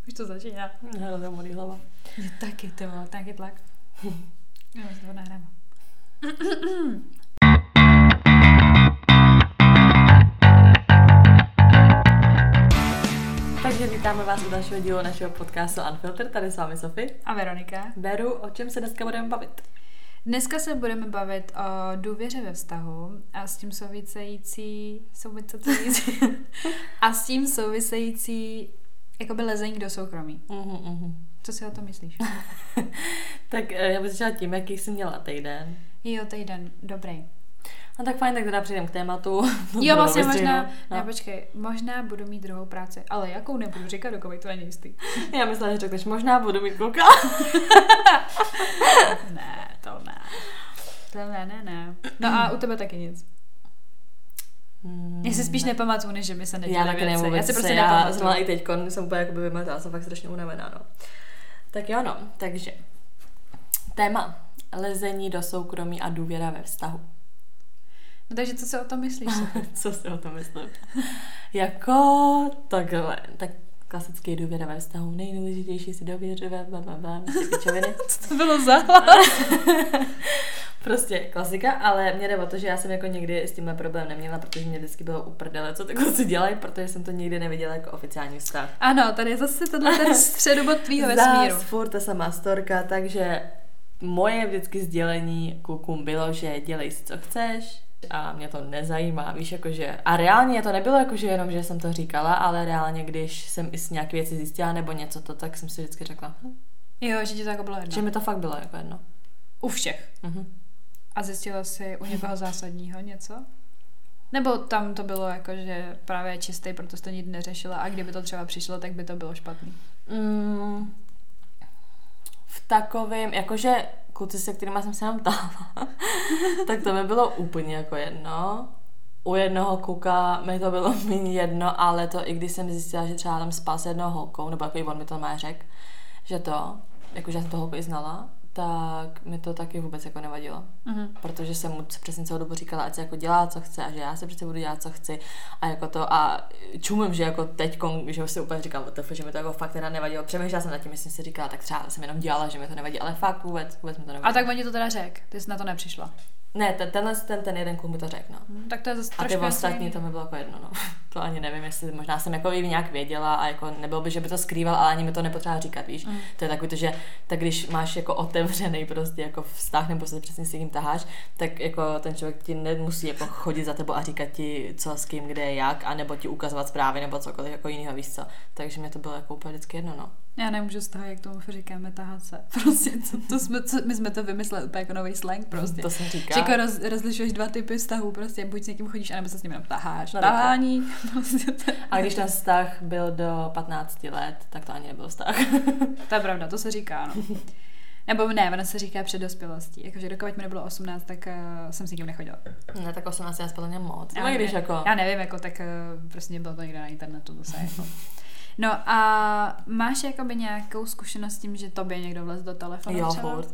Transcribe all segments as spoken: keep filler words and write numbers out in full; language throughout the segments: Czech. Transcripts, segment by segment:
Už to začíná. Hele, to bolí hlava. Je taky, to bylo taky tlak. Já se to nahrávám. Takže vítáme vás u dalšího dílu našeho podcastu Unfiltered. Tady s vámi Sofie. A Veronika. Beru, o čem se dneska budeme bavit? Dneska se budeme bavit o důvěře ve vztahu a s tím související, související a s tím související jakoby lezení do soukromí. Uhum, uhum. Co si o tom myslíš? Tak já bych začala tím, jaký jsi měla týden. Jo, týden, dobrý. No tak fajn, tak teda přijdem k tématu. Jo, vlastně možná, no. ne, počkej, možná budu mít druhou práci, ale jakou nebudu říkat, dokud to není jistý. Já myslela, že řekneš, možná budu mít kluka. Ne, to ne. To ne, ne, ne. No a u tebe taky nic. Hmm, Já si spíš ne. nepamatuju, než že mi se nedělí Já taky věci. nevím, Já si prostě já nepamatuju. znala i teďko, jsem úplně jakoby vymetala, jsem fakt strašně unavená, no. Tak jo, no, takže téma lezení do soukromí a důvěra ve vztahu. No takže co si o tom myslíš? Co si o tom myslím? Jako takhle, tak klasický důvěra ve vztahu, nejdůležitější si důvěřovat, blablabla, pičoviny. Co to bylo za hlas? Prostě klasika, ale mě jde o to, že já jsem jako nikdy s tímhle problém neměla, protože mě vždycky bylo uprdele, co ty kluci dělají, protože jsem to nikdy neviděla jako oficiální vztah. Ano, tady je zase tenhle ten středobod tvýho vesmíru. Zás furt ta samá storka, takže moje vždycky sdělení klukům bylo, že dělej si, co chceš, a mě to nezajímá, víš, jakože, a reálně to nebylo jakože jenom, že jsem to říkala, ale reálně, když jsem i s nějaké věci zjistila nebo něco to, tak jsem si vždycky řekla, hm? Jo, že ti to jako bylo jedno. Že mi to fakt bylo jako jedno. U všech. Mhm. A zjistila jsi u někoho zásadního něco? Nebo tam to bylo jako, že právě čistý, proto jsi to nikdy neřešila a kdyby to třeba přišlo, tak by to bylo špatný? Mm, v takovém, jakože kluci, se kterýma jsem se tam ptala, tak to mi bylo úplně jako jedno. U jednoho kluka mi to bylo méně jedno, ale to i když jsem zjistila, že třeba tam spal s jednou holkou, nebo jako i on mi to má řek, že to, jakože já jsem to holku i znala, tak mi to taky vůbec jako nevadilo. Mm-hmm. Protože jsem mu přesně celou dobu říkala, ať se jako dělá, co chce a že já se přece budu dělat, co chci a jako to a čumím, že jako teďko, že si úplně říkám, že mi to jako fakt teda nevadilo. Přemýšlela jsem nad tím, jestli si říkala, tak třeba jsem jenom dělala, že mi to nevadí, ale fakt vůbec, vůbec mi to nevadí. A tak oni to teda řek, ty jsi na to nepřišla. Ne, ten, tenhle, ten, ten jeden kluk mi to řekl, no. Hmm, tak to je zase a ty trošku ostatní jiný. to mi bylo jako jedno, no. To ani nevím, jestli možná jsem jako nějak věděla a jako nebylo by, že by to skrýval, ale ani mi to nepotřeba říkat, víš. Mm. To je takový to, že tak když máš jako otevřený prostě jako vztah nebo se přesně s tím taháš, tak jako ten člověk ti nemusí jako chodit za tebou a říkat ti, co s kým, kde, jak, a nebo ti ukazovat zprávy nebo cokoliv jako jiného, víš co. Takže mě to bylo jako úplně vždycky jedno, no. Já nemůžu z toho, jak tomu říkáme, tahat se. Prostě, co, to jsme, co, my jsme to vymysleli úplně jako nový slang prostě. To jsem říká. Že jako roz, rozlišuješ dva typy vztahů, prostě buď s někým chodíš, anebo se s ním jenom taháš. No, tahání. Prostě to... A když ten vztah byl do patnácti let, tak to ani nebyl vztah. To je pravda, to se říká, no. Nebo ne, ono se říká před dospělostí. Jakože dokud mi nebylo osmnáct, tak uh, jsem s nikým nechodila. Ne, tak osmnáct já spala moc. Já, no, nevím, když jako... já nevím, jako tak uh, prostě bylo to někde na internetu zase. Jako. No a máš jakoby nějakou zkušenost s tím, že tobě někdo vlez do telefonu? Jo, třeba? furt.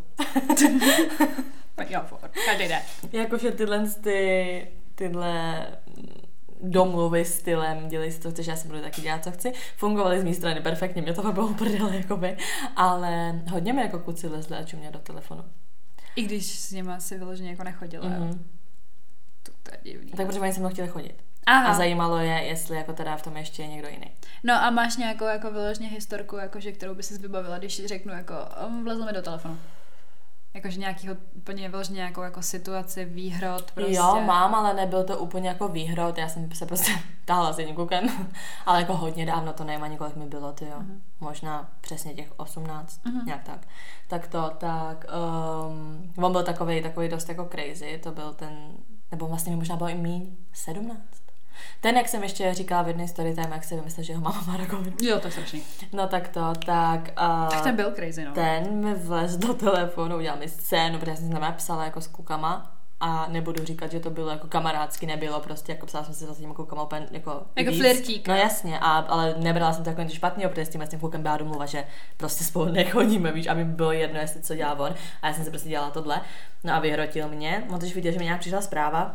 Jo, furt. Každý den. Jakože tyhle ty, tyhle domluvy stylem, dělej si to, chceš, já si budu taky dělat, co chci, fungovaly z mé strany perfektně, mě to fakt bylo uprdele, jakoby, ale hodně mi jako kluci lezli a čumě do telefonu. I když s nima si vyloženě jako nechodila, mm-hmm. jo? To, to je divný. Tak protože oni se mnou chtěli chodit. Aha. A zajímalo je, jestli jako teda v tom ještě je někdo jiný. No a máš nějakou jako vyloženě historku, jakože, kterou by si vybavila, když řeknu jako, vlezl mi do telefonu. Jakože nějakýho, úplně vyloženě nějakou jako situaci, výhrod prostě. Jo, mám, ale nebyl to úplně jako výhrod, já jsem se prostě táhla s jedním klukem, ale jako hodně dávno, to nevím ani kolik mi bylo, ty jo. Uh-huh. Možná přesně těch osmnáct, uh-huh. nějak tak. Tak to, tak, um, on byl takovej, takovej dost jako crazy, to byl ten, nebo vlastně mi možná bylo i míň, sedmnáct. Ten, jak jsem ještě říkala v jedné story time, jak si vymyslel, že jeho máma má rakovinu. Jo, to je strašný. No tak to, tak... Uh, tak ten byl crazy, no. Ten mi vlez do telefonu, udělal mi scénu, protože já jsem tam psala jako s klukama a nebudu říkat, že to bylo jako kamarádsky, nebylo prostě, jako psala jsem si s těma klukama úplně jako Jako víc. flirtík. No jasně, a, ale nebrala jsem to jako něco špatného, protože s tím, s tím klukem byla domluva, že prostě spolu nechodíme, víš, aby bylo jedno, jestli co dělá on, a já jsem si prostě dělala tohle. No a vyhrotil mě, on tož viděl, že mi nějak přišla zpráva,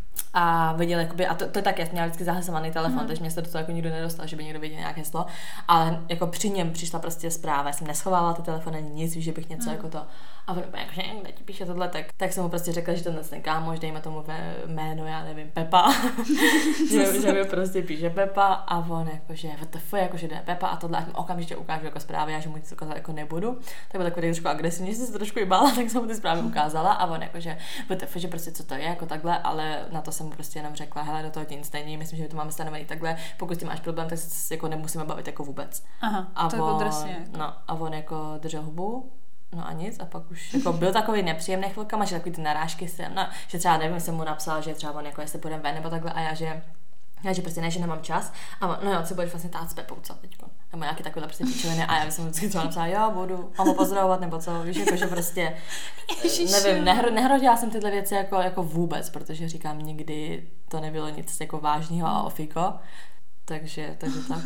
a viděl jakoby, a to, to je tak, já jsem měla vždycky zahlasovaný telefon, mm. takže mě se do toho jako nikdo nedostal, že by někdo viděl nějaké heslo, ale jako při něm přišla prostě zpráva, já jsem neschovávala ty telefony, nic, víš, že bych něco mm. jako to, a on jakože, kde ti píše tohle, tak, tak jsem mu prostě řekla, že tenhle ten kámoš, dejme tomu jméno, já nevím, Pepa, že, že mi prostě píše Pepa a on jakože, what the fuck, jakože jde Pepa a tohle, a mi okamžitě ukážu jako zprávy, já že mu nic ukázat jako nebudu, tak byl takový trošku agresivní, že jsem se trošku bála, tak jsem mu ty zprávy ukázala a on jakože, what the fuck, že prostě co to je, jako takhle, ale na to jsem mu prostě jenom řekla, hele, do toho ti nic není, myslím, že to máme stanovený takhle, pokud ty máš problém, tak se jako nemusíme bavit jako vůbec. Aha, a to on, drsně. No, a on jako držel hubu, no a nic, a pak už jako byl takový nepříjemný chvilkama, že takový ty narážky jsem, no, že třeba nevím, jsem mu napsala, že třeba on jako jestli půjdeme ven nebo takhle a já, že já, že prostě ne, že nemám čas a on, no jo, co budeš vlastně tát s Pepou, co teďko, nebo nějaký takovýhle prostě píčoviny a já jsem vždycky třeba napsala, jo, budu, mám ho pozdravovat, nebo co, víš, jako, že prostě, nevím, nehr, nehrodila jsem tyhle věci jako, jako vůbec, protože říkám, nikdy to nebylo nic jako vážného a ofiko, takže, takže tak.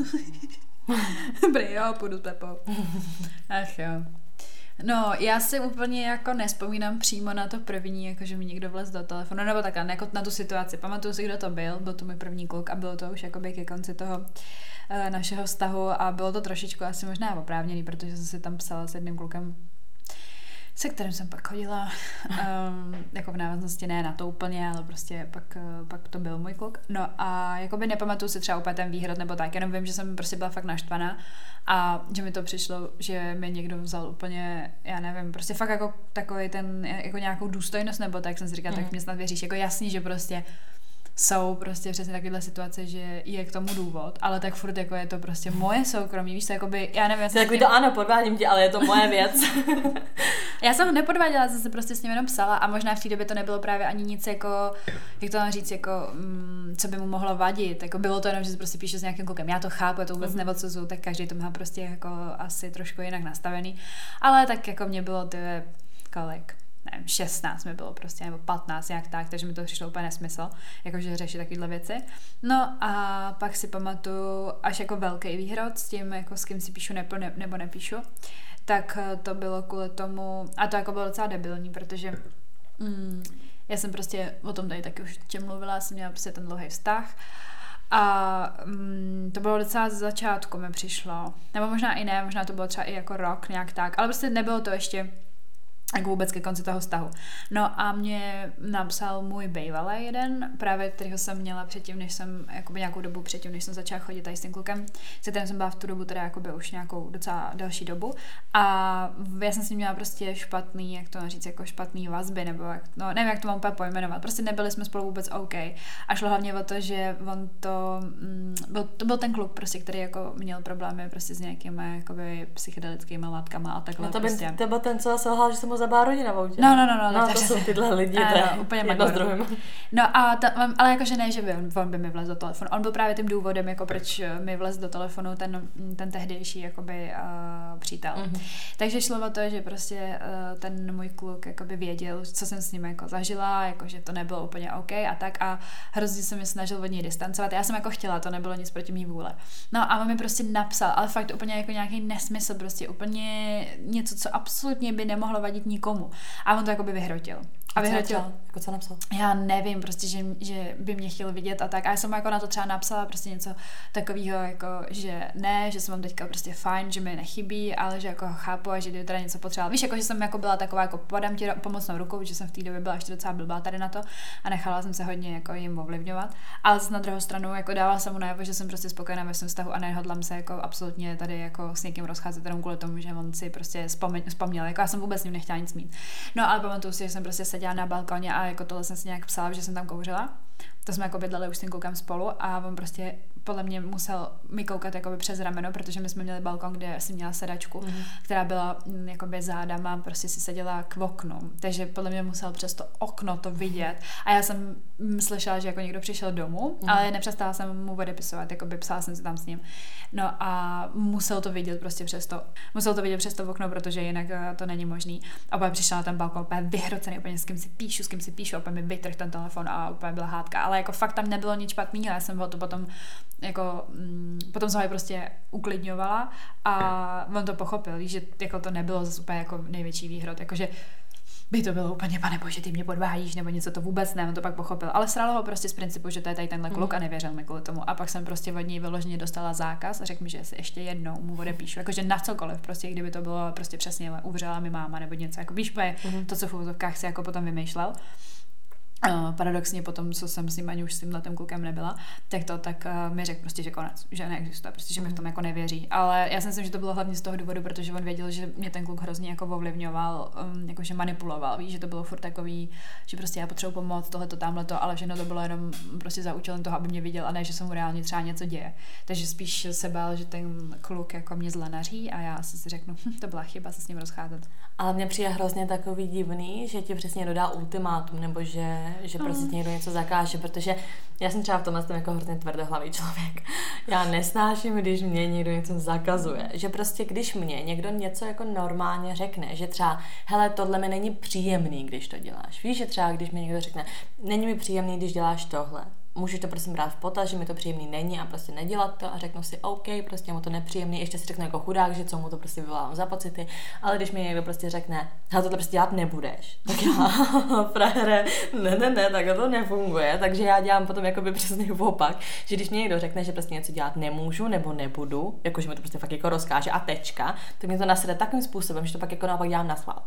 Dobrý, jo, půjdu s Pepou. Ach jo. No, já si úplně jako nespomínám přímo na to první, jako že mi někdo vlez do telefonu, nebo takhle, jako na tu situaci. Pamatuju si, kdo to byl, byl to můj první kluk a bylo to už jakoby ke konci toho uh, našeho vztahu a bylo to trošičku asi možná oprávněný, protože jsem si tam psala s jedným klukem, se kterým jsem pak chodila, um, jako v návaznosti ne na to úplně, ale prostě pak, uh, pak to byl můj kluk. No a jakoby nepamatuju si třeba úplně ten výhrad nebo tak, jenom vím, že jsem prostě byla fakt naštvaná a že mi to přišlo, že mi někdo vzal úplně, já nevím, prostě fakt jako takový ten, jako nějakou důstojnost nebo tak, jsem si říkala, mm. tak mě snad věříš, jako jasný, že prostě jsou prostě přesně takovéhle situace, že je k tomu důvod, ale tak furt jako je to prostě moje soukromí, víš, to jakoby, já nevím, já jsem takový to ano, podvádím tě, ale je to moje věc. Já jsem ho nepodváděla, jsem se prostě s ním jenom psala a možná v té době to nebylo právě ani nic jako, jak to mám říct, jako, mm, co by mu mohlo vadit, jako bylo to jenom, že se prostě píše s nějakým klukem, já to chápu, já to vůbec mm. neodsuzuju, tak každý to má prostě jako asi trošku jinak nastavený, ale tak jako mě bylo ty kolik, nevím, šestnáct mi bylo prostě, nebo patnáct, nějak tak, takže mi to přišlo úplně nesmysl, jakože řešit takovéhle věci. No a pak si pamatuju až jako velký výhrad s tím, jako s kým si píšu nebo, ne, nebo nepíšu, tak to bylo kvůli tomu, a to jako bylo docela debilní, protože mm, já jsem prostě o tom tady taky už tě mluvila, jsem měla prostě ten dlouhý vztah a mm, to bylo docela z začátku mi přišlo, nebo možná i ne, možná to bylo třeba i jako rok nějak tak, ale prostě nebylo to ještě jako vůbec ke konci toho vztahu. No a mě napsal můj bejvalej jeden, právě kterýho jsem měla předtím, než jsem, jakoby nějakou dobu předtím, než jsem začala chodit tady s tím klukem, se kterým jsem byla v tu dobu teda jakoby už nějakou docela další dobu a já jsem s ním měla prostě špatný, jak to říct, jako špatný vazby, nebo jak, no nevím, jak to mám úplně pojmenovat, prostě nebyli jsme spolu vůbec OK. A šlo hlavně o to, že on to, mm, byl, to byl ten kluk prostě, který jako měl problémy prostě s nějakými jakoby psychedelickými látkama a takhle. No to prostě. by, to byl ten, co selhal, že jsem mu zabá rodina v autě. No, no, no, no. No, to jsou tyhle lidi, to je úplně jedno s druhým. No a ta, ale jakože ne, že by on, on by mi vlez do telefonu. On byl právě tím důvodem, jako proč mi vlez do telefonu ten, ten tehdejší jakoby uh, přítel. Mm-hmm. Takže šlo o to, že prostě uh, ten můj kluk jakoby věděl, co jsem s ním jako zažila, jakože to nebylo úplně OK a tak a hrozně se mi snažil od něj distancovat. Já jsem jako chtěla, to nebylo nic proti mý vůle. No a on mi prostě napsal, ale fakt úplně jako nějaký nesmysl, prostě úplně něco, co absolutně by nemohlo vadit nikomu. A on to jakoby vyhrotil. A vyhrotil. Co jako co napsal? Já nevím, prostě, že, že by mě chtěl vidět a tak. A já jsem jako na to třeba napsala prostě něco takového, jako, že ne, že jsem mám teďka prostě fajn, že mi nechybí, ale že jako chápu a že kdyby teda něco potřebovala. Víš, jako, že jsem jako byla taková, jako podám ti pomocnou rukou, že jsem v té době byla ještě docela blbá tady na to a nechala jsem se hodně jako jim ovlivňovat. Ale na druhou stranu jako dávala jsem mu najevo, že jsem prostě spokojená ve svém vztahu a nehodlám se jako absolutně tady jako s někým rozcházet jenom kvůli tomu, že on si prostě vzpomněl. Jako já jsem vůbec s ním nechtěla nic mít. No ale pamatuju si, že jsem prostě seděla na balkoně a jako tohle jsem si nějak psala, že jsem tam kouřila. To jsme jako bydleli už s tím klukem spolu a on prostě podle mě musel mi koukat jakoby přes rameno, protože my jsme měli balkon, kde jsem měla sedačku, mm. která byla m, jakoby zádama, prostě si seděla k oknu, takže podle mě musel přes to okno to vidět a já jsem m, slyšela, že jako někdo přišel domů, mm. ale nepřestala jsem mu odepisovat, jakoby psala jsem si tam s ním. No a musel to vidět prostě přes to, musel to vidět přes to okno, protože jinak to není možný. A pak přišla na ten balkon úplně vyhrocený, úplně s kým si píšu, s kým si píšu, úplně mi vytrhl ten telefon a úplně byla hádka, ale jako fakt tam nebylo nic špatného, já jsem ho to potom jako, mm, potom jsem ho prostě uklidňovala a on to pochopil, že jako to nebylo zase úplně jako největší výhrod, jakože by to bylo úplně, pane bože, ty mě podvádíš, nebo něco, to vůbec ne, on to pak pochopil. Ale srálo ho prostě z principu, že to je tady tenhle kluk mm. a nevěřil mi kvůli tomu. A pak jsem prostě od něj vyloženě dostala zákaz a řekl mi, že si ještě jednou mu odepíšu. Jakože na cokoliv, prostě kdyby to bylo prostě přesně, uvřela mi máma nebo něco. Jako víš, mm. to, co v úvodovkách si jako potom vymýšlel. Uh, paradoxně potom, co jsem s ním ani už s tímhle tím klukem nebyla, tak to tak uh, mi řekl prostě, že konec, že neexistuje, prostě, že mi v tom jako nevěří. Ale já si myslím, že to bylo hlavně z toho důvodu, protože on věděl, že mě ten kluk hrozně jako ovlivňoval, um, jakože manipuloval, víš, že to bylo furt takový, že prostě já potřebuji pomoct, tohleto, tamhleto, ale všechno to bylo jenom prostě za účelem toho, aby mě viděl a ne, že se mu reálně třeba něco děje. Takže spíš se bál, že ten kluk jako mě zlanaří a já si řeknu, hm, to byla chyba se s ním rozcházet. Ale mně přijde hrozně takový divný, že ti přesně dodá ultimátum, nebo že, že mm. prostě někdo něco zakáže, protože já jsem třeba v tomhle jsem jako hrozně tvrdohlavý člověk. Já nesnáším, když mě někdo něco zakazuje. Že prostě když mě někdo něco jako normálně řekne, že třeba, hele, tohle mi není příjemný, když to děláš. Víš, že třeba když mi někdo řekne, není mi příjemný, když děláš tohle. Můžeš to prosím brát v potaz, že mi to příjemný není a prostě nedělat to a řeknu si OK, prostě mu to nepříjemný, ještě si řeknu jako chudák, že co mu to prostě vyvolám za pocity, ale když mi někdo prostě řekne, hele, tohle prostě dělat nebudeš, tak já, frajere, ne, ne, ne, tak to nefunguje, takže já dělám potom jakoby přesně opak, že když mi někdo řekne, že prostě něco dělat nemůžu nebo nebudu, jakože mi to prostě fakt jako rozkáže a tečka, tak mi to nasede takovým způsobem, že to pak jako naopak dělám na schvál.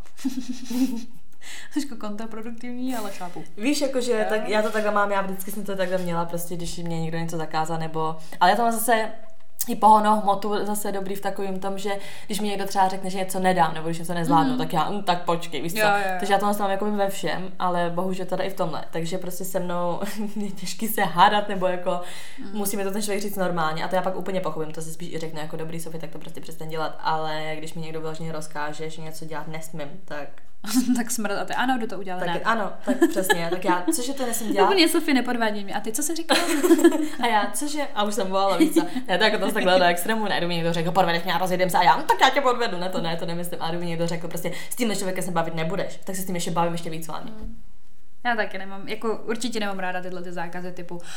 Trošku kontraproduktivní, ale chápu. Víš, jakože tak, já to takhle mám, já vždycky jsem to takhle měla, prostě když mě někdo něco zakázal, nebo... Ale já to mám zase i pohonnou hmotu zase dobrý v takovém tom, že když mi někdo třeba řekne, že něco nedám, nebo když něco nezvládnu, mm. tak já, hm, tak počkej, víš co. Jo, jo. Takže já to mám jako ve všem, ale bohužel teda i v tomhle. Takže prostě se mnou je těžký se hádat, nebo jako mm. musíme to ten člověk říct normálně. A to já pak úplně pochopím, to se spíš i řekne jako dobrý Sofie, tak to prostě přestaň dělat. Ale když mi někdo vyloženě rozkáže, že něco dělat nesmím, tak... tak smrt a ty, ano, kdo to udělal, tak, ne. Ano, tak přesně, tak já, cože to nesmím dělat? Úplně Sofie, nepodvádí mě. A ty, co jsi říkala? A já, cože? A už jsem volala víc. Ne, to jako to takhle do extrému, ne, kdyby někdo řekl, podvedeš mě a rozjedem se a já, no, tak já tě podvedu, ne, to ne, to nemyslím. A kdyby někdo řekl, prostě s tímhle člověkem se bavit nebudeš, tak se s tím ještě bavím ještě víc vámi. Hmm. Já taky nemám, jako určitě nemám ráda tyhle ty zákazy typu. Uh,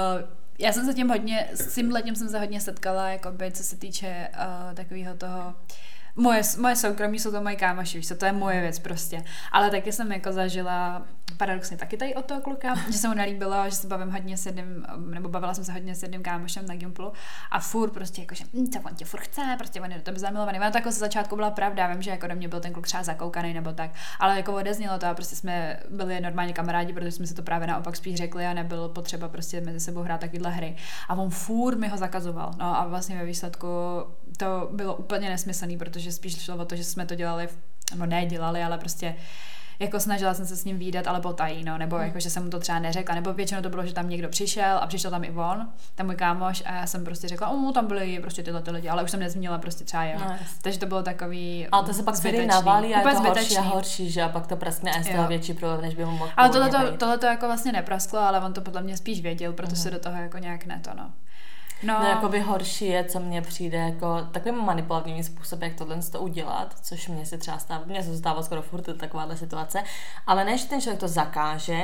já jsem se tím hodně, s tím letím jsem se hodně setkala, jakoby, co se týče uh, takového toho. Moje, moje soukromí jsou to moje kámoši, víš co, to je moje věc prostě. Ale taky jsem jako zažila paradoxně taky tady od toho kluka, že se mu nelíbilo, že se bavím hodně s jedním, nebo bavila jsem se hodně s jedním kámošem na Gimplu a furt prostě jakože, hm, co on tě furt chce, prostě on je do tebe zamilovaný. Ono to jako ze začátku byla pravda, vím, že jako do mě byl ten kluk třeba zakoukaný nebo tak, ale jako odeznělo to a prostě jsme byli normálně kamarádi, protože jsme si to právě naopak spíš řekli a nebylo potřeba prostě mezi sebou hrát takovýhle hry. A on furt mi ho zakazoval. No a vlastně ve výsledku to bylo úplně nesmyslný, protože spíš šlo o to, že jsme to dělali, nebo ne dělali, ale prostě jako snažila jsem se s ním vídat, ale potají, no, nebo jako, že jsem mu to třeba neřekla, nebo většinou to bylo, že tam někdo přišel a přišel tam i on, tam můj kámoš a já jsem prostě řekla, o, tam byli prostě tyhle ty lidi, ale už jsem nezmínila prostě třeba jeho. No, takže to bylo takový ale to se pak zbytečný. Navalí a je to horší a horší, že a pak to praskne a je z toho větší problém, než by mu mohl. Ale tohle tohle to jako vlastně neprasklo, ale on to podle mě spíš věděl, proto mm. se do toho jako nějak ne to, no. No, no jakoby horší je, co mně přijde jako takovým manipulativním způsobem, jak tohle to udělat, což mě se třeba stává, mně se stává skoro furt takováhle situace, ale ne, že ten člověk to zakáže,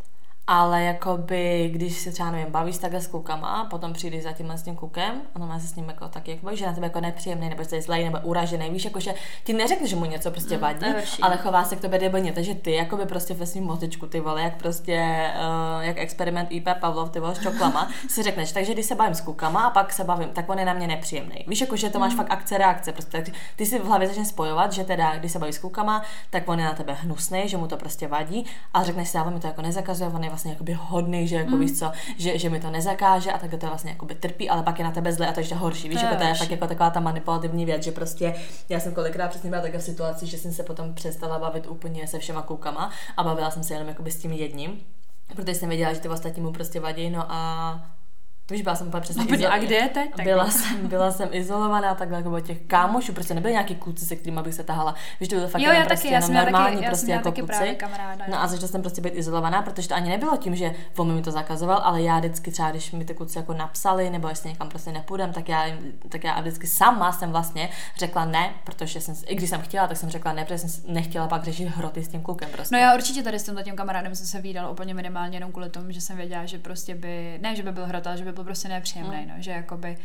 ale jakoby, když se třeba nevím, bavíš takhle s klukama, potom přijdeš za tímhle s tím klukem, ono má se s ním jako taky, jako bavíš, že na tebe jako nepříjemný, nebo jsi zlej, nebo uražený, víš, jakože ti neřekne, že mu něco prostě vadí, mm, ale chová se k tobě debilně, takže ty jakoby prostě ve svým mozečku, ty vole, jak prostě, uh, jak experiment í pé Pavlov, ty vole, s čoklama, si řekneš, takže když se bavím s klukama a pak se bavím, tak on je na mě nepříjemný. Víš, jakože to máš mm. fakt akce reakce, prostě tak ty si v hlavě začneš spojovat, že teda, když se bavíš s klukama, tak on je na tebe hnusný, že mu to prostě vadí, a řekneš si, já mi to jako nezakazuje, on je vlastně jakoby hodný, že jako mm. víš co, že, že mi to nezakáže a tak to vlastně jakoby trpí, ale pak je na tebe zle a to ještě horší. Víš, to jako to je fakt jako taková ta manipulativní věc, že prostě já jsem kolikrát přesně byla také v situaci, že jsem se potom přestala bavit úplně se všema klukama a bavila jsem se jenom jakoby s tím jedním, protože jsem věděla, že ty ostatní mu prostě vadí, no a víš, byla jsem úplně přesně izolovaná. A kde je teď? Byla jsem, byla jsem izolovaná, takhle jako těch kámošů, prostě nebyly nějaký kluci, se kterými bych se tahala. Víš, to bylo fakt jo, jenom taky, prostě jenom normální taky, prostě jako kluci. Kamaráda, no a začala jsem prostě být izolovaná, protože to ani nebylo tím, že on mi to zakazoval, ale já vždycky třeba, když mi ty kluci jako napsali, nebo jestli někam prostě nepůjdem, tak já, tak já vždycky sama jsem vlastně řekla ne, protože jsem, i když jsem chtěla, tak jsem řekla ne, protože jsem nechtěla pak řešit hroty s tím klukem prostě. No já určitě tady s tím kamarádem jsem se vídala úplně minimálně jenom kvůli tomu, že jsem věděla, že prostě by, ne, že by byl hrot, ale že by byl prostě nepříjemný. No, že jakoby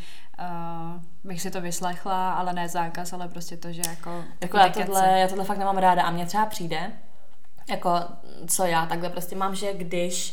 uh, bych si to vyslechla, ale ne zákaz, ale prostě to, že jako... Jako já tohle, já tohle fakt nemám ráda a mně třeba přijde, jako co já takhle prostě mám, že když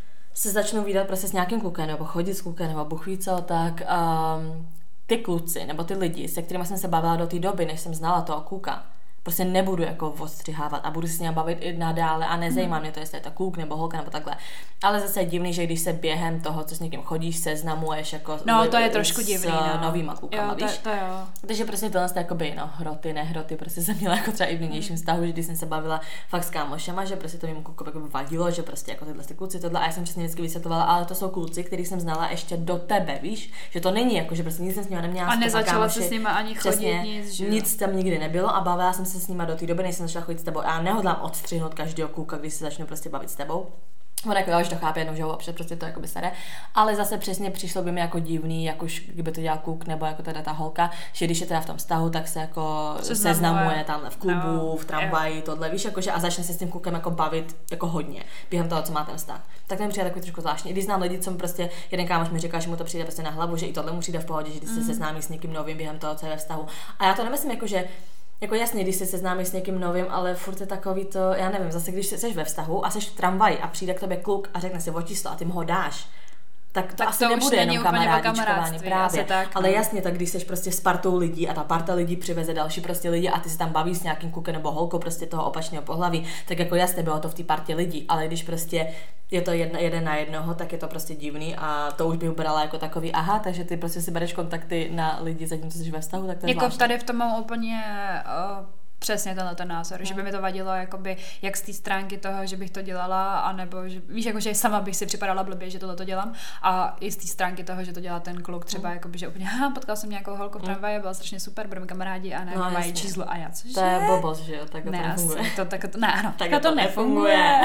se začnu vídat prostě s nějakým klukem, nebo chodit s klukem, nebo Bůh ví co, tak um, ty kluci, nebo ty lidi, se kterými jsem se bavila do té doby, než jsem znala toho kluka, prostě nebudu jako odstřihávat a budu se s ním bavit i nadále a nezajímá hmm. mě to, jestli je to kluk nebo holka nebo takhle. Ale zase je divný, že když se během toho, co s někým chodíš, seznamuješ jako no, to je trošku divný, s no. novýma klukama, jo, to, víš? To jo. Takže prostě tohle jste jakoby, no, hroty, nehroty, prostě jsem měla jako třeba i v nynějším vztahu, že když jsem se bavila fakt s kámošema, že prostě to mým kluku jako vadilo, že prostě jako tyhle ty kluci, tohle a já jsem přesně vždycky vysvětlovala, ale to jsou kluci, který jsem znala ještě do tebe, víš? Že to není jako, že prostě nic jsem s nimi neměla. A nezačala se s nimi ani chodit, přesně, nic, že nic tam nikdy nebylo a bavila jsem se s nimi do té doby, než jsem začala chodit s tebou. Já nehodlám odstřihnout každého kluka, když se začnu prostě bavit s tebou. On jako jo, že to chápe jednou, že ho občas prostě to jako by staré, ale zase přesně přišlo by mi jako divný, jako kdyby to dělal kluk nebo jako teda ta holka, že když je teda v tom vztahu, tak se jako seznamuje, seznamuje tamhle v klubu, no, v tramvaji, jo. tohle, víš, jakože a začne se s tím klukem jako bavit jako hodně během toho, co má ten vztah. Tak to mi přijde takový trošku zvláštní. I když znám lidi, co mi prostě jeden kámoš mi říká, že mu to přijde prostě na hlavu, že i tohle mu přijde v pohodě, že když se mm. seznámí s někým novým během toho, co je ve vztahu. A já to nemyslím jako, že jako jasně, když se seznámíš s někým novým, ale furt je takový to, já nevím, zase když jsi ve vztahu a jsi v tramvaji a přijde k tobě kluk a řekne si o číslo a ty mu ho dáš, tak to tak asi to nebude jenom kamarádičkování právě, tak, ale no. jasně, tak když jsi prostě s partou lidí a ta parta lidí přiveze další prostě lidi a ty se tam bavíš s nějakým klukem nebo holkou prostě toho opačného pohlaví, tak jako jasně bylo to v té partě lidí, ale když prostě je to jedna, jeden na jednoho, tak je to prostě divný a to už bych brala jako takový, aha, takže ty prostě si bereš kontakty na lidi zatímco jsi ve vztahu, tak to je jako zvláštní. tady v tom mám úplně uh, přesně tenhle ten názor, hmm. že by mi to vadilo jakoby jak z té stránky toho, že bych to dělala, anebo že, víš, jako, že sama bych si připadala blbě, že tohle to dělám a i z té stránky toho, že to dělá ten kluk třeba, hmm. jakoby, že úplně, ha, potkal jsem nějakou holku v tramvaji, byla strašně super, budeme kamarádi a ne, no, mají číslo a já, cože? To je blbost, že jo, tak to ne, nefunguje. Asi, to, tak to, ne, ano, tak to, to nefunguje.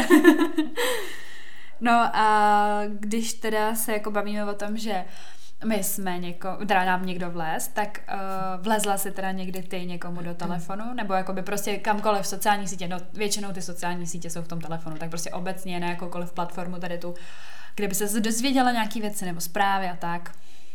No a když teda se jako bavíme o tom, že my jsme něko, teda nám někdo vlez, tak uh, vlezla si teda někdy ty někomu do telefonu, nebo jakoby prostě kamkoliv v sociální sítě, no většinou ty sociální sítě jsou v tom telefonu, tak prostě obecně na jakoukoliv platformu tady tu, kde by se dozvěděla nějaký věci nebo zprávy a tak.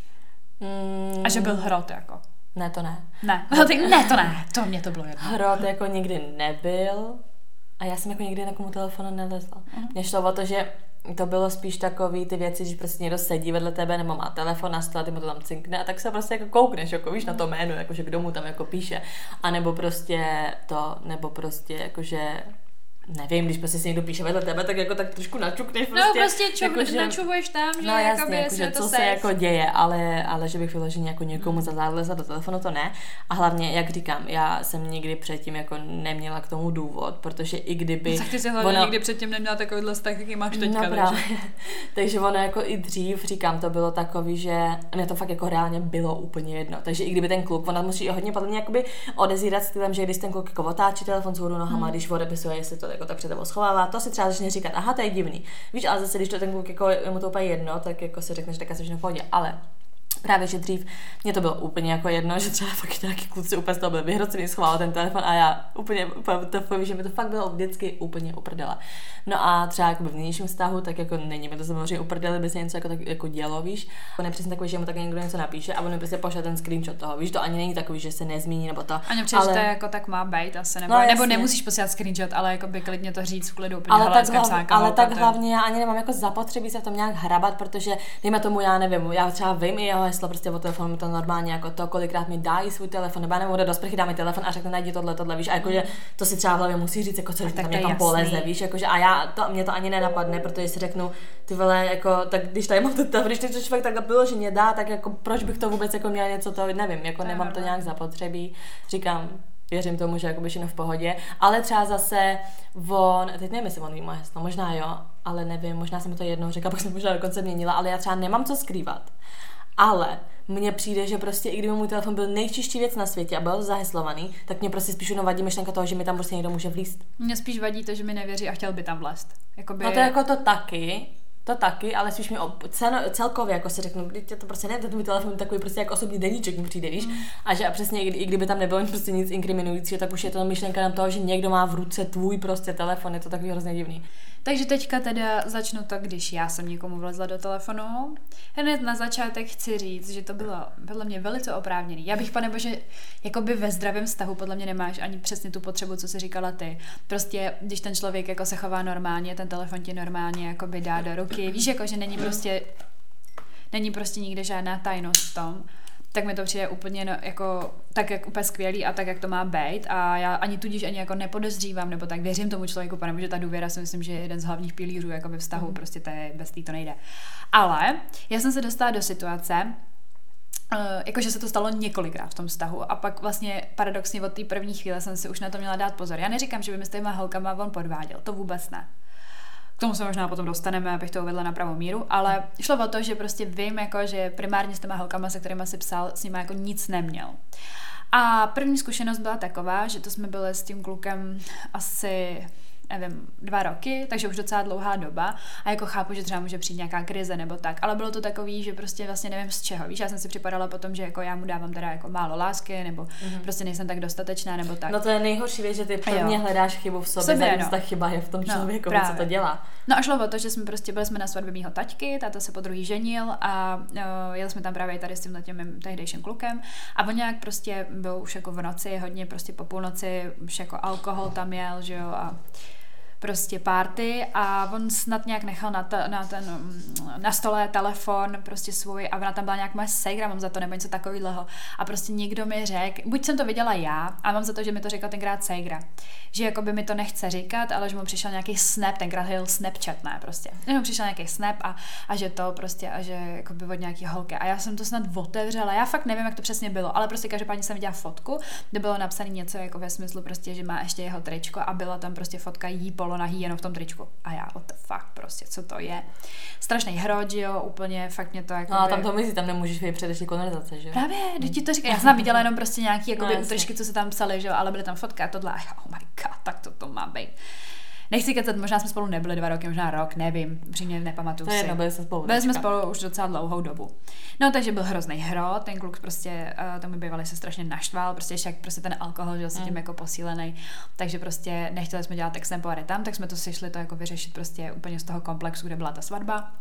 Mm. A že byl hrot jako. Ne, to ne. Ne, no, ty, ne, to ne, to mě to bylo jedno. Hrot jako nikdy nebyl a já jsem jako nikdy na komu telefonu nelezla. Uh-huh. Mně šlo o to, že to bylo spíš takový ty věci, že prostě někdo sedí vedle tebe nebo má telefon na stole, ty mu to tam cinkne a tak se prostě jako koukneš, jako víš na to jméno, jakože kdo mu tam jako píše. A nebo prostě to, nebo prostě jakože nevím, když prostě si někdo píše vedle tebe, tak jako tak trošku načukneš prostě. No prostě ču, jako, že, načuvuješ tam, že no, jasně, jakoby, jako, že je to co safe. se jako děje, ale, ale že bych vyloženě jako někomu zalezla do telefonu, to ne. A hlavně, jak říkám, já jsem nikdy předtím jako neměla k tomu důvod, protože i kdyby... No, tak ty jsi hlavně ono, nikdy předtím neměla takovýhle vztah, jaký máš teďka. No právě. Takže ono jako i dřív, říkám, to bylo takový, že mě to fakt jako reálně bylo úplně jedno. Takže i kdyby ten kluk, ona musí hodně podle mě jakoby odezírat stylem, že když ten kluk jako otáčí telefon s nohama, hmm. když odepisuje, jestli to jako tak před tebou schovává, to si třeba začne říkat, aha, to je divný. Víš, ale zase, když to ten kluk jako je mu to úplně jedno, tak jako si řekneš, tak asi všechno v pohodě. Ale právě, že dřív mě to bylo úplně jako jedno, že třeba fakt nějaký kluci úplně z toho byl vyhrocený, schoval ten telefon a já úplně, úplně to, že mi to fakt bylo vždycky úplně uprdele. No a třeba jako v nynějším vztahu, tak jako není mi to samozřejmě uprdele, by se něco jako, tak, jako dělo, víš. On je přesně takový, že mu tak někdo něco napíše a on mi prostě pošle ten screenshot toho, víš, to ani není takový, že se nezmíní nebo to. Ani přece ale... to jako tak má být asi, nebo, no, nebo nemusíš posílat screenshot, ale jako by klidně to říct v klidu úplně. Ale tak, hlav, ale tak hlavně já ani nemám jako zapotřebí se v tom nějak hrabat, protože dejme tomu, já nevím, já třeba vím i jeho heslo prostě o telefonu, mi to normálně jako to, kolikrát mi dají svůj telefon, nebo já nevím, do sprchy dá mi telefon a řekne najdi tohle, tohle, víš, a jakože to si třeba v hlavě musí říct, jako co tam někam poleze, víš, jakože a já to mě to ani nenapadne, protože si řeknu, ty vole, jako tak když tady mám to, když to člověk tak bylo, že mě dá, tak jako proč bych to vůbec jako měla něco to, nevím, jako nemám to nějak zapotřebí, říkám, věřím tomu, že jako by všechno v pohodě, ale třeba zase on, teď nevím, jestli on ví moje heslo, možná jo, ale nevím, možná jsem to jednou řekla, pak jsem možná dokonce měnila, ale já třeba nemám co skrývat. Ale mně přijde, že prostě i kdyby můj telefon byl nejčistší věc na světě a byl zaheslovaný, tak mě prostě spíš jenom vadí myšlenka toho, že mi tam prostě někdo může vlízt. Mně spíš vadí to, že mi nevěří a chtěl by tam vlézt. Jakoby... No to jako to taky, to taky, ale spíš mi cel, celkově jako si řeknu, když to prostě ne, ten můj telefon takový prostě jako osobní deníček mi přijde, víš? Mm. A že a přesně i kdyby tam nebylo prostě nic inkriminujícího, tak už je to myšlenka na toho, že někdo má v ruce tvůj prostě telefon, je to takový hrozně divný. Takže teďka teda začnu to, když já jsem někomu vlezla do telefonu. Hned na začátek chci říct, že to bylo podle mě velice oprávněný. Já bych, panebože, jakoby ve zdravém vztahu podle mě nemáš ani přesně tu potřebu, co jsi říkala ty. Prostě, když ten člověk jako se chová normálně, ten telefon ti normálně jakoby dá do ruky. Víš, jako, že není prostě, není prostě nikde žádná tajnost v tom. Tak mi to přijde úplně no, jako tak, jak úplně skvělý a tak, jak to má být a já ani tudíž ani jako nepodezřívám, nebo tak věřím tomu člověku, protože ta důvěra si myslím, že je jeden z hlavních pilířů jako ve vztahu, mm. prostě to je, bez tý to nejde. Ale já jsem se dostala do situace, uh, jakože se to stalo několikrát v tom vztahu a pak vlastně paradoxně od té první chvíle jsem si už na to měla dát pozor. Já neříkám, že by mi s těma holkama on podváděl, to vůbec ne. K tomu se možná potom dostaneme, abych to uvedla na pravou míru, ale šlo o to, že prostě vím, jako, že primárně s těma holkama, se kterýma si psal, s nima jako nic neměl. A první zkušenost byla taková, že to jsme byli s tím klukem asi, nevím, dva roky, takže už docela dlouhá doba a jako chápu, že třeba může přijít nějaká krize nebo tak, ale bylo to takový, že prostě vlastně nevím z čeho, víš, já jsem si připadala potom, že jako já mu dávám teda jako málo lásky nebo mm-hmm. prostě nejsem tak dostatečná nebo tak. No to je nejhorší věc, že ty prvně hledáš chybu v sobě, sobě, zatímco no. ta chyba je v tom člověku, no, co to dělá. No a šlo o to, že jsme prostě byli jsme na svatbě mýho taťky, táta se po druhý ženil a uh, jeli jsme tam právě tady s tím tím tehdejším klukem a on nějak prostě byl už jako v noci, hodně prostě po půlnoci, už jako alkohol tam jel, že jo, a prostě party a on snad nějak nechal na, ta, na, ten, na stole telefon prostě svůj a ona tam byla nějak moje ségra, mám za to nebo něco takového a prostě někdo mi řekl, buď jsem to viděla já a mám za to, že mi to řekla tenkrát ségra, že jako by mi to nechce říkat, ale že mu přišel nějaký snap, tenkrát byl Snapchat, ne prostě, že mu přišel nějaký snap a, a že to prostě a že jako by od nějaký holky a já jsem to snad otevřela, já fakt nevím, jak to přesně bylo, ale prostě každopádně jsem viděla fotku, kde bylo napsané něco jako ve smyslu prostě, že má ještě jeho tričko a byla tam prostě fotka jí nahý jenom v tom tričku. A já, what the fuck, prostě, co to je? Strašný hrod, jo, úplně, fakt mě to jako. No a tam to myslí, tam nemůžeš vyjít předešlý konverzace, že jo? Právě, když ti to říká, já jsem viděla jenom prostě nějaký jakoby no, útržky, co se tam psali, že jo, ale byly tam fotka a tohle, a já, oh my god, tak to to má být. Nechci kecat, možná jsme spolu nebyli dva roky, možná rok, nevím, přímě nepamatuju to si. Je jedno, byli jsme spolu. Byli jsme spolu už docela dlouhou dobu. No, takže byl hrozný hrot, ten kluk prostě, uh, tomu bývalý se strašně naštval, prostě ještě jak prostě ten alkohol, že se tím mm. jako posílený, takže prostě nechtěli jsme dělat extempore tam, tak jsme to si šli to jako vyřešit prostě úplně z toho komplexu, kde byla ta svatba.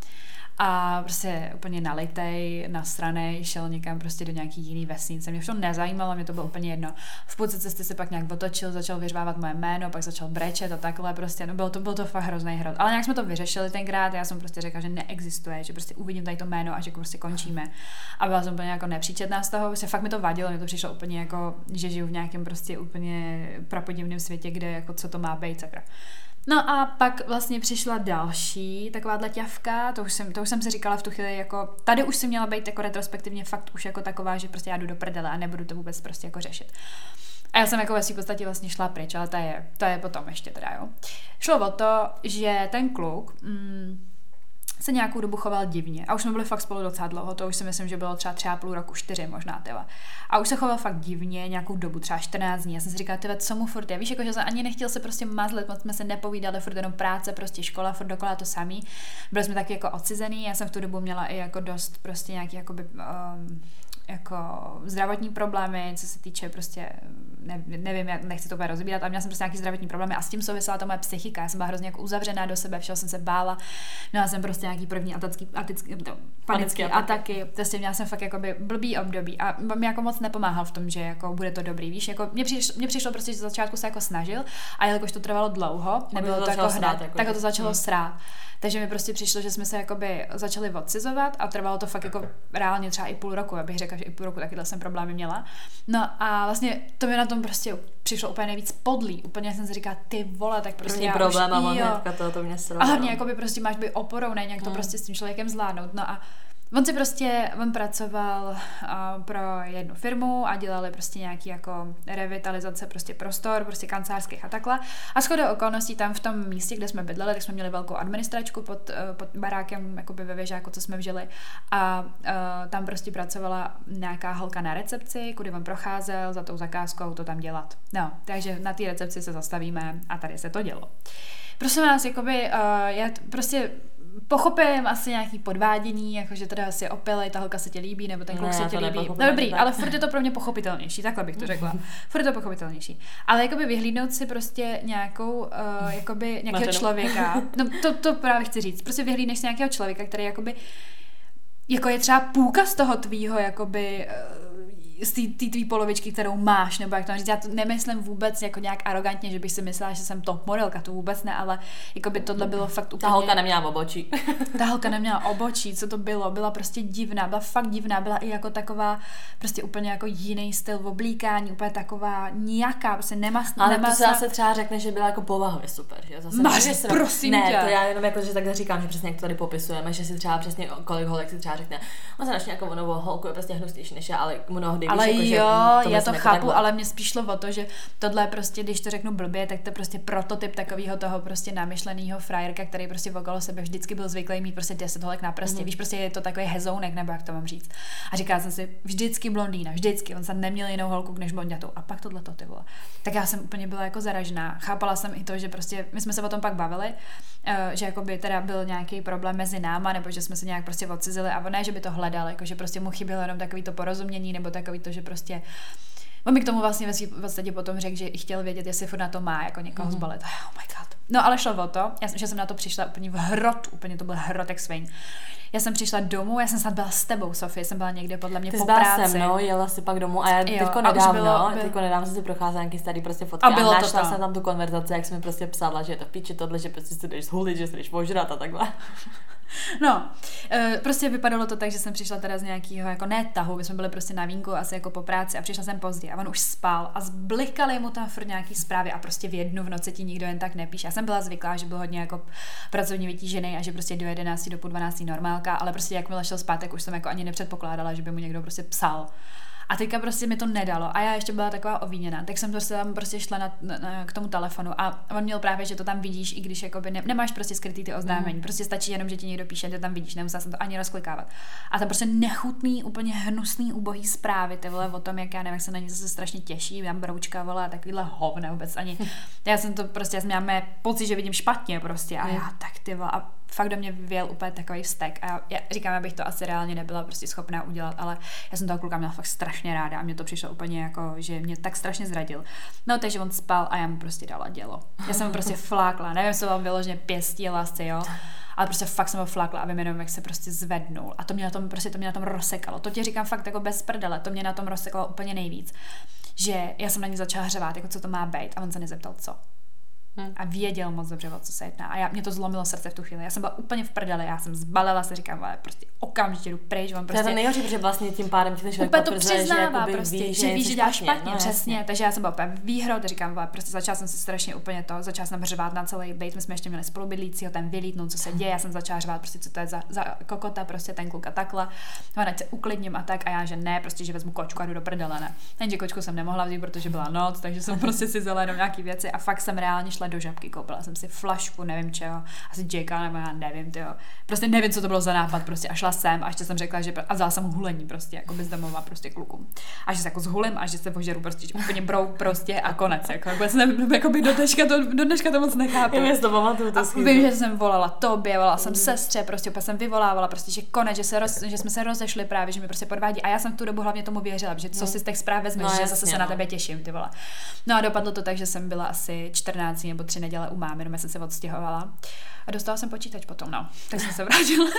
A prostě úplně nalitej, nasranej, šel někam prostě do nějaký jiný vesnice. Mě už to nezajímalo, mě to bylo úplně jedno. V půlce cesty se pak nějak otočil, začal vyřvávat moje jméno, pak začal brečet a takhle prostě, no bylo to, bylo to fakt hrozný hrot. Ale nějak jsme to vyřešili tenkrát, já jsem prostě řekla, že neexistuje, že prostě uvidím tady to jméno a že prostě končíme. A byla jsem úplně jako nepříčetná z toho, prostě fakt mi to vadilo, mě to přišlo úplně jako, že žiju v nějakém prostě úplně prapodivném světě, kde jako co to má být, sakra. No a pak vlastně přišla další takováhle ťavka, to už jsem, to už jsem si říkala v tu chvíli, jako tady už si měla být jako retrospektivně fakt už jako taková, že prostě já jdu do prdele a nebudu to vůbec prostě jako řešit. A já jsem jako ve svým podstatě vlastně šla pryč, ale to je, to je potom ještě teda, jo. Šlo o to, že ten kluk mm, se nějakou dobu choval divně. A už jsme byli fakt spolu docela dlouho, to už si myslím, že bylo třeba třeba půl roku, čtyři možná, tyva. A už se choval fakt divně nějakou dobu, třeba čtrnáct dní. Já jsem si říkala, tyva, co mu furt je? Víš, jako, že jsem ani nechtěl se prostě mazlit, moc jsme se nepovídali, furt jenom práce, prostě škola, furt dokola to samý. Byli jsme taky jako odcizený, já jsem v tu dobu měla i jako dost prostě nějaký jakoby, um, jako zdravotní problémy, co se týče prostě, ne, nevím, jak nechci to úplně rozbírat, ale měla jsem prostě nějaký zdravotní problémy a s tím souvisela ta moje psychika. Já jsem byla hrozně jako uzavřená do sebe, všeho jsem se bála, měla jsem prostě nějaký první atacký, atický, to, panické ataky, prostě měla jsem fakt jakoby blbý období a mi jako moc nepomáhal v tom, že jako bude to dobrý, víš, jako mně přišlo, mně přišlo prostě, že z začátku se jako snažil a jelikož to trvalo dlouho, nebylo to, jako hned, jako tak to začalo hmm. srát. Takže mi prostě přišlo, že jsme se jakoby začali odcizovat a trvalo to fakt jako reálně třeba i půl roku, abych řekla, že i půl roku takyhle jsem problémy měla. No a vlastně to mi na tom prostě přišlo úplně nejvíc podlý. Úplně jsem si říkala, ty vole, tak prostě já problém, už, jo. To, to mě a hlavně jakoby prostě máš být oporou, ne, nějak to hmm. prostě s tím člověkem zvládnout. No a on si prostě, on pracoval uh, pro jednu firmu a dělali prostě nějaký jako revitalizace prostě prostor, prostě kancelářských a takhle. A shodou okolností tam v tom místě, kde jsme bydleli, tak jsme měli velkou administračku pod, uh, pod barákem, jakoby ve věžáku, co jsme žili. A uh, tam prostě pracovala nějaká holka na recepci, kudy on procházel za tou zakázkou to tam dělat. No, takže na té recepci se zastavíme a tady se to dělo. Prosím vás, jakoby, uh, já t- prostě pochopím asi nějaký podvádění, jakože teda asi opilej, ta holka se ti líbí, nebo ten kluk ne, se ti líbí. No dobrý, ale furt je to pro mě pochopitelnější, takhle bych to řekla. Furt je to pochopitelnější. Ale jakoby vyhlídnout si prostě nějakou, uh, jakoby nějakého člověka, no to, to právě chci říct, prostě vyhlídneš si nějakého člověka, který jakoby, jako je třeba půlka z toho tvýho, jakoby, uh, z té tvý polovičky, kterou máš, nebo jak to říct, já to nemyslím vůbec jako nějak arrogantně, že bych si myslela, že jsem top modelka, to vůbec ne, ale jako by tohle bylo fakt úplně... Ta holka neměla obočí. Ta holka neměla obočí, co to bylo, byla prostě divná, byla fakt divná, byla i jako taková, prostě úplně jako jiný styl v oblíkání, úplně taková nějaká, prostě nemastná. Ale to se zase třeba řekne, že byla jako povahově super, že zase Máš, ne, prosím ne, tě. to já jenom jako, že takhle říkám, že přesně jak to tady popisujeme, že si třeba přesně kolik holek si třeba řekne, on se našli nějakou novou holku, je prostě hnusnější než já, ale mnohdy ale víš, jo, jako, že, já to chápu, takhle. Ale mě spíš šlo o to, že tohle je prostě, když to řeknu blbě, tak to je prostě prototyp takového toho prostě namyšleného frajerka, který prostě okolo sebe vždycky byl zvyklý mít prostě deset holek na prstě. Mm-hmm. Víš, prostě je to takový hezounek, nebo jak to mám říct. A říkala jsem si, vždycky blondýna, vždycky, on jsem neměl jinou holku než blonďatou. A pak tohle to ty vole. Tak já jsem úplně byla jako zaražená. Chápala jsem i to, že prostě my jsme se o tom pak bavili, že jako by teda byl nějaký problém mezi náma, nebo že jsme se nějak prostě odcizili a ne, že by to hledal, jako že prostě mu chybělo jenom takový to porozumění, nebo takový to, že prostě on mi k tomu vlastně v podstatě potom řekl, že chtěl vědět, jestli furt na to má jako někoho mm. zbalit. Oh my god. No ale šlo o to, já, že jsem na to přišla úplně v hrot, úplně to byl hrot jak sviň. Já jsem přišla domů, já jsem snad byla s tebou, Sofie, jsem byla někde podle mě ty po práci. Ty se mnou, jela si pak domů a já teďko nedávno, bylo, bylo... teďko nedávno jsem si procházela nějaký starý prostě fotky a, a našla jsem tam tu konverzaci, jak jsi mi prostě psala, že je to v píči tohle, že prostě si jdeš zhulit, že si jdeš ožrat a takhle. No, prostě vypadalo to tak, že jsem přišla teda z nějakého jako ne tahu, my jsme byli prostě na vínku asi jako po práci a přišla jsem pozdě a on už spal a zblikaly mu tam furt nějaký zprávy a prostě v jednu v noci ti nikdo jen tak nepíše. Já jsem byla zvyklá, že byl hodně jako pracovně vytížený a že prostě do jedenácti do půl dvanácti normálka, ale prostě jakmile šel spát, tak už jsem jako ani nepředpokládala, že by mu někdo prostě psal. A teďka prostě mi to nedalo a já ještě byla taková ovíněná, tak jsem prostě tam prostě šla na, na, na, k tomu telefonu a on měl právě, že to tam vidíš, i když jakoby ne, nemáš prostě skrytý ty oznámení, mm. prostě stačí jenom, že ti někdo píše, že tam vidíš, nemusela jsem to ani rozklikávat. A tam prostě nechutný, úplně hnusný, ubohý zprávy, ty vole, o tom, jak já nevím, jak se na ně zase strašně těší, mám broučka, vole, a takovýhle hovna vůbec ani. Já jsem to prostě, já jsem měla mé pocit, že vidím špatně prostě a já tak ty vole, a fakt do mě vyvěl úplně takový vztek a já, já říkám, abych to asi reálně nebyla prostě schopná udělat, ale já jsem toho kluka měla fakt strašně ráda a mě to přišlo úplně jako, že mě tak strašně zradil. No takže on spal a já mu prostě dala dělo. Já jsem mu prostě flákla, nevím, jestli to bylo vyloženě pěstí lásce, jo, ale prostě fakt jsem ho flákla a vím jenom, jak se prostě zvednul a to mě na tom, prostě to mě na tom rozsekalo. To ti říkám fakt jako bez prdele, to mě na tom rozsekalo úplně nejvíc, že já jsem na ní začala hřevát, jako co to má být a on se nezeptal co. Hmm. A věděl moc dobře, o co se jedná. A já, mě to zlomilo srdce v tu chvíli. Já jsem byla úplně v prdeli, já jsem zbalila se, říkám, ale prostě okamžitě jdu pryč. On prostě... To je to nejhorší, protože vlastně tím pádem ti ten člověk potvrzuje, že jakoby prostě, ví, že, že víš, že děláš špatně, no, přesně. Jasně. Takže já jsem byla úplně výhrou, říkám, ale prostě začala jsem si strašně úplně to, začala jsem řvát na celý byt, my jsme ještě měli spolubydlícího, ten vylítnout, co se děje, já jsem začala řvát, prostě co to je za, za kokota, prostě ten kluk a takhle. No, ať se uklidním a tak a já, že ne, prostě že vezmu kočku a jdu do prdele, ne. Jenže kočku jsem nemohla vzít, protože byla noc, takže jsem prostě si vzala jenom nějaký věci a fakt jsem reálně šla do Žabky, koupila jsem si flašku, nevím čeho, asi Jacka, nebo já nevím, tyjo. Prostě nevím, co to bylo za nápad, prostě a šla jsem a ještě jsem řekla, že a vzala jsem hulení prostě, jako bezdomova prostě klukům. A že se jako zhulím a že se požeru prostě, že úplně brouk prostě a konec, jako, jako jsem, jako by do dneška to, do dneška to moc nechápu. Já to pamatuju, to schýzu. Vím, že jsem volala tobě, volala jsem sestře, prostě úplně jsem vyvolávala, prostě, že konec, že, se roz, že jsme se rozešli právě, že mi prostě podvádí a já jsem v tu dobu hlavně tomu věřila, že co si z těch zpráv vezmeš, no, že jasně, zase se no. na tebe těším, ty vole. No a dopadlo to tak, že jsem byla asi čtrnáct nebo tři neděle u mámy, no, jsem se odstěhovala a dostala jsem počítač potom, no. Tak jsem se vrátila.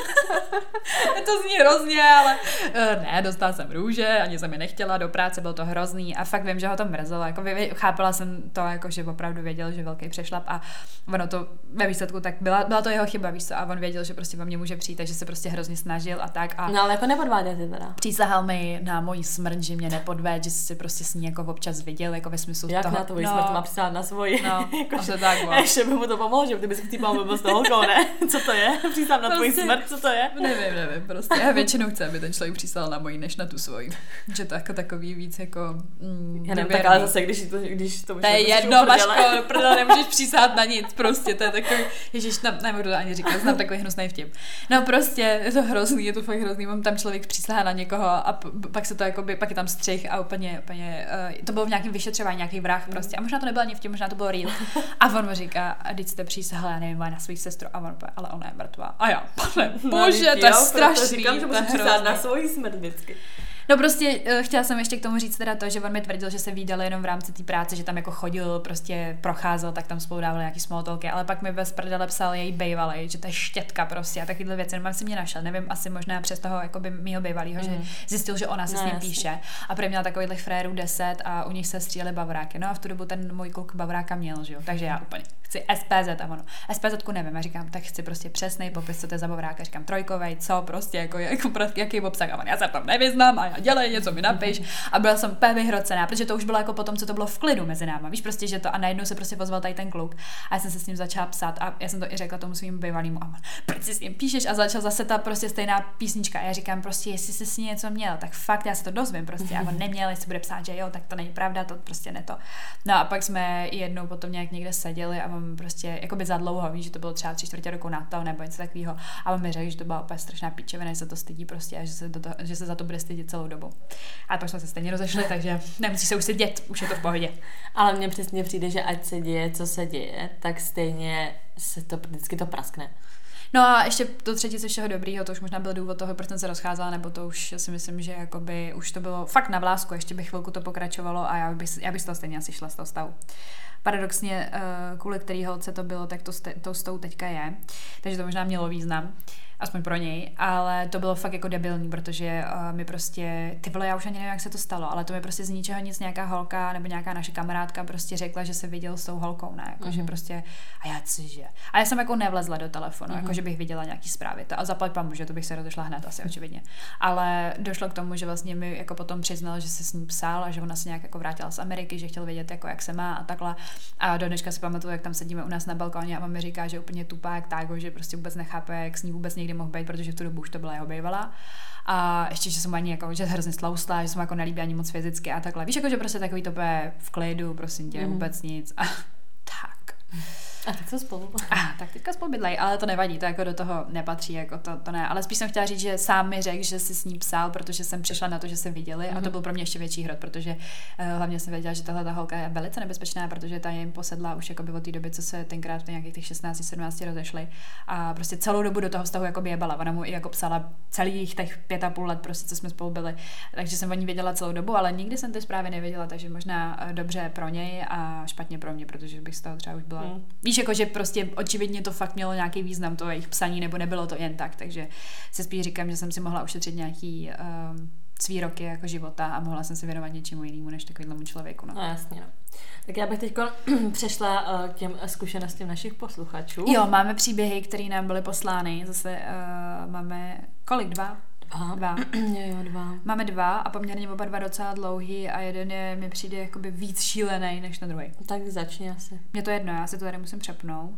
To zní hrozně, ale uh, ne, dostala jsem růže, ani jsem je nechtěla, do práce byl to hrozný a fakt vím, že ho to mrzelo, jako chápala jsem to, jako, že opravdu věděl, že velký přešlap a ono to ve výsledku tak byla, byla to jeho chyba, víš co, a on věděl, že prostě ve mně může přijít, takže se prostě hrozně snažil a tak. A no ale jako nepodvádět teda. Přísahal mi na moji smrt, že mě nepodved, že si prostě s ní jako občas viděl, jako ve smyslu jak toho. Jak na tvoji no, smrt má přísahat na svoji? No, jako, že tak, bo. Ještě by mu to pomohlo, že kdyby si chcípal, by byl s toho holkou, ne? Co to je? Přísahal na prostě, tvoji smrt, co to je? Nevím, nevím, prostě. Já většinou chci, aby ten člověk přísahal na moji, než na tu svoji. Že to jako takový víc jako mm, já nevím, tak ale zase, když to, když to to je jedno, Maško, prdele, nemůžeš přísahat na nic, prostě, to je takový, ježiš, tam, nebudu to ani říkat, znám takový hnusný vtip. No prostě, je to hrozný, je to fakt hrozný, mám tam člověk přísahá na někoho a p- pak se to jakoby, pak je tam střih a úplně, úplně, uh, to bylo v nějakém vyšetřování, nějaký vrah prostě, a možná to nebylo ani vtip, možná to bylo real. A on mu říká, a teď jste přísahla, já nevím, na svou sestru, a on ale ona je mrtvá. A já, pane bože, to je strašný. Říkám, že musím přísahat na svoji smrt vždycky. No prostě uh, chtěla jsem ještě k tomu říct teda to, že on mi tvrdil, že se vídali jenom v rámci té práce, že tam jako chodil, prostě procházel, tak tam spolu dávali nějaký small talky, ale pak mi bez prdele psal její bejvalej, že to je štětka prostě a takovýhle věci, nemám si mě našel, nevím, asi možná přes toho jakoby mýho bejvalýho, mm. že zjistil, že ona se no, s ním jasný. píše a prý měla takovýhle frérů deset a u nich se stříleli bavráky, no a v tu dobu ten můj kluk bavráka měl, že jo, takže já úplně chci S P Z a ono, S P Z ku nevím, já říkám, tak chci prostě přesnej popis, co to je za bavráka, říkám trojkovej, co prostě, jako, jako jaký obsah a on, já se tam nevyznám a já dělej něco mi napiš a byla jsem úplně vyhrocená, protože to už bylo jako potom, co to bylo v klidu mezi náma, víš prostě, že to a najednou se prostě pozval tady ten kluk a já jsem se s ním začala psát a já jsem to i řekla tomu svým bývalému a on, proč si s ním píšeš a začal zase ta prostě stejná písnička a já říkám prostě, jestli jsi s ní něco měl, tak fakt já se to dozvím prostě a on neměl, jestli bude psát, že jo, tak to není pravda, to prostě ne to. No a pak jsme jednou potom nějak někde seděli a on prostě jakoby za dlouho, víš, že to bylo třeba tři čtvrtě roku na to nebo něco takového a on mi řekl, že to byla úplně strašná píčevina, že se to stydí prostě a že se, do toho, že se za to bude stydět celou dobu. A pak jsme se stejně rozešli, takže nemusíš se už stydět, už je to v pohodě. Ale mně přesně přijde, že ať se děje, co se děje, tak stejně se to vždycky to praskne. No a ještě to třetí ze všeho dobrýho, to už možná byl důvod toho, proč jsem se rozcházela, nebo to už si myslím, že jakoby už to bylo fakt na vlásku, ještě bych chvilku to pokračovalo a já bych, já bych z toho stejně asi šla z toho stavu. Paradoxně, kvůli který holce to bylo, tak to, to s tou teďka je, takže to možná mělo význam. Aspoň pro něj, ale to bylo fakt jako debilní, protože uh, mi prostě, ty vole, já už ani nevím, jak se to stalo, ale to mi prostě z ničeho nic nějaká holka nebo nějaká naše kamarádka prostě řekla, že se viděl s tou holkou, ne, jako, uh-huh. že prostě, a já cože. A já jsem jako nevlezla do telefonu, uh-huh. jako, že bych viděla nějaký zprávy, to, a zaplať pamůže, to bych se rozešla hned asi očividně. Ale došlo k tomu, že vlastně mi jako potom přiznal, že se s ní psal a že ona se nějak jako vrátila z Ameriky, že chtěl vědět, jako, jak se má a takhle. A do dneška si pamatuju, jak tam sedíme u nás na balkóně a on mi říká, že úplně tupá jak tágo, že prostě vůbec nechápe, jak s ní vůbec někdy mohl být, protože v tu dobu už to byla jeho bývalá. A ještě, že jsem ani jako, že hrozně tloustla, že jsem jako nelíbí ani moc fyzicky a takhle. Víš, jako, že prostě takový to bude v klidu, prosím tě, mm. vůbec nic. A tak. A tak co spolu? A tak teďka spolu bydlej, ale to nevadí, to jako do toho nepatří, jako to, to ne. Ale spíš jsem chtěla říct, že sám mi řekl, že si s ní psal, protože jsem přišla na to, že se viděli mm-hmm. a to byl pro mě ještě větší hrot, protože uh, hlavně jsem věděla, že tahle ta holka je velice nebezpečná, protože ta jim posedla už jako by od té doby, co se tenkrát v nějakých těch šestnáct sedmnáct rozešli a prostě celou dobu do toho vztahu jako by jebala. Ona mu i jako psala celých těch pět a půl let, prostě co jsme spolu byli. Takže jsem o ní věděla celou dobu, ale nikdy jsem ty zprávy nevěděla, takže možná dobře pro něj a špatně pro mě, protože bych z toho třeba už byla. Mm. Víš, jako že prostě očividně to fakt mělo nějaký význam, to jejich psaní, nebo nebylo to jen tak, takže si spíš říkám, že jsem si mohla ušetřit nějaký um, svý roky jako života a mohla jsem se věnovat něčemu jinému než takovému člověku. No, no jasně, no. Tak já bych teď přešla uh, k těm zkušenostím našich posluchačů. Jo, máme příběhy, které nám byly poslány, zase uh, máme kolik, dva? Aha. Dva. jo, jo, dva. Máme dva a poměrně oba dva docela dlouhý a jeden je, mi přijde jakoby víc šílený než ten druhý. Tak začni asi. Mně to jedno, já si to tady musím přepnout.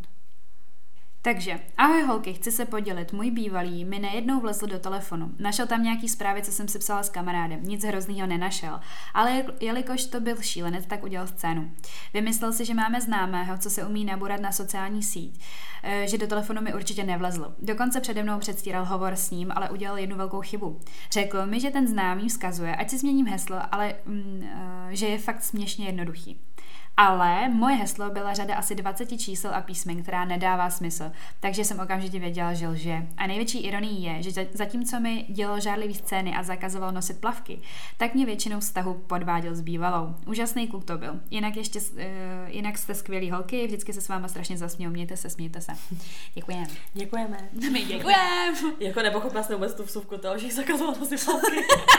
Takže, ahoj holky, chci se podělit. Můj bývalý mi nejednou vlezl do telefonu. Našel tam nějaký zprávy, co jsem si psala s kamarádem. Nic hroznýho nenašel. Ale jelikož to byl šílenec, tak udělal scénu. Vymyslel si, že máme známého, co se umí naburat na sociální síť, že do telefonu mi určitě nevlezl. Dokonce přede mnou předstíral hovor s ním, ale udělal jednu velkou chybu. Řekl mi, že ten známý vzkazuje, ať si změním heslo, ale mm, že je fakt směšně jednoduchý. Ale moje heslo byla řada asi dvacet čísel a písmen, která nedává smysl, takže jsem okamžitě věděla, že lže. A největší ironií je, že zatímco mi dělal žárlivý scény a zakazoval nosit plavky, tak mě většinou vztahu podváděl s bývalou. Úžasný kluk to byl. Jinak, ještě, uh, jinak jste skvělý holky, vždycky se s váma strašně zasměju, mějte se, smějte se. Děkujeme. Děkujeme. My děkujeme. Jako nepochopila jsem vůbec tu vsuvku toho, že jich zakazoval nosit plavky.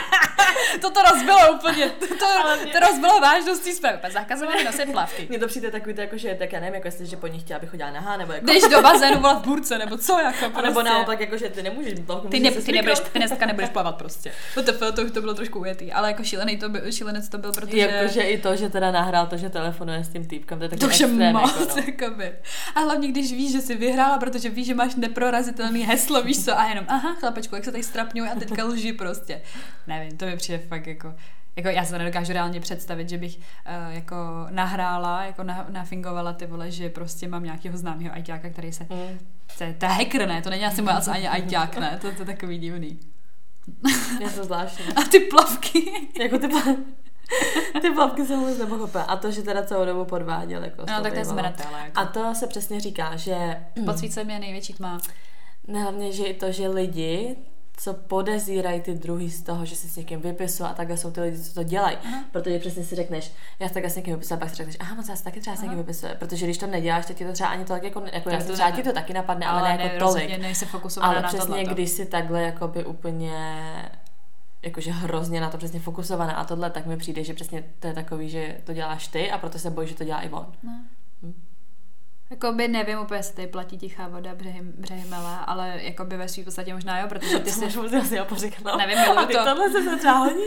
Toto rozbilo úplně, to, mě... to rozbilo vážností jsme zakazovali nosit plavky. Mně to přijde takový to, jako, že tak já nevím, jako jestli, že po ní chtěla, aby chodila nahá, nebo jako... Jdeš do bazénu volat v burce, nebo co, jako prostě. Nebo naopak, jako, že ty nemůžeš plavku, ty, ne, ty, nebudeš, ty dneska nebudeš plavat prostě. To, to, to, to bylo trošku ujetý, ale jako šílený to byl, šílenec to byl, protože... Jakože i to, že teda nahrál to, že telefonuje s tím týpkem, to je takový extrém, moc, jako no. A hlavně, když víš, že jsi vyhrála, protože víš, že máš neprorazitelný heslo, víš co, a jenom, aha, chlapečku, jak se tady strapňuje a teďka lži prostě. Nevím, to mi přijde fakt jako... Jako já se to nedokážu reálně představit, že bych uh, jako nahrála, jako na, nafingovala ty vole, že prostě mám nějakého známého ajťáka, který se... Mm. To, to je hacker, ne? To není asi moc ani ajťák, ne? To, to je takový divný. Je to zvláštní. A ty plavky. Jako ty plavky. Ty plavky jsem vůbec nepochopila. A to, že teda celou dobu podváděl. Jako no, tak to je smrtelé. Jako. A to se přesně říká, že... Pod svícem je největší tma. Ne, hlavně, že i to, že lidi, co podezírají ty druhý z toho, že si s někým vypisují a takhle jsou ty lidi, co to dělají. Aha. Protože přesně si řekneš, já se takhle s někým vypisuju, a pak si řekneš, aha, moc já se taky třeba s někým vypisuje. Protože když to neděláš, tak ti to třeba ani tolik jako, jako já třeba ti to taky napadne, ale, ale ne jako tolik. Nejsi fokusovaná ale na přesně, tohleto. když si takhle jakoby úplně jakože hrozně na to přesně fokusovaná a tohle, tak mi přijde, že přesně to je takový, že to děláš ty a proto se bojíš, že to dělá i on. No. Hm? Jakoby nevím úplně, jestli tady platí tichá voda, břehy, břehy melé, ale jakoby ve svým podstatě možná jo, protože ty si... To asi já pořekla. Nevím, miluji to. Tohle se se třeba hodí.